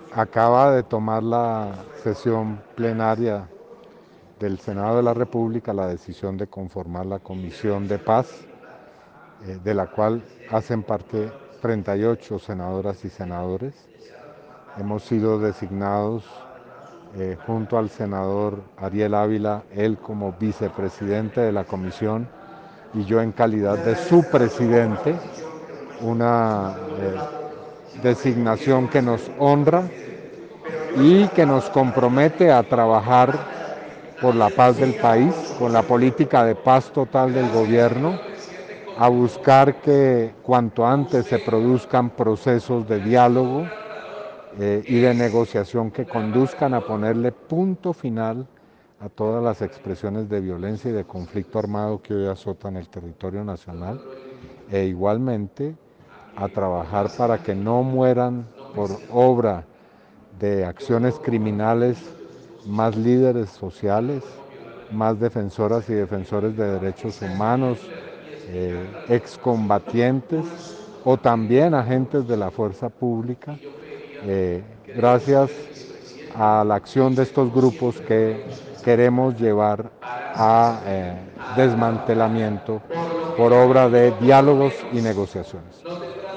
Acaba de tomar la sesión plenaria del Senado de la República la decisión de conformar la Comisión de Paz, de la cual hacen parte 38 senadoras y senadores. Hemos sido designados junto al senador Ariel Ávila, él como vicepresidente de la comisión y yo en calidad de su presidente, una designación que nos honra y que nos compromete a trabajar por la paz del país, con la política de paz total del gobierno, a buscar que cuanto antes se produzcan procesos de diálogo y de negociación que conduzcan a ponerle punto final a todas las expresiones de violencia y de conflicto armado que hoy azotan el territorio nacional, e igualmente a trabajar para que no mueran por obra de acciones criminales más líderes sociales, más defensoras y defensores de derechos humanos, excombatientes o también agentes de la fuerza pública, gracias a la acción de estos grupos que queremos llevar a desmantelamiento por obra de diálogos y negociaciones.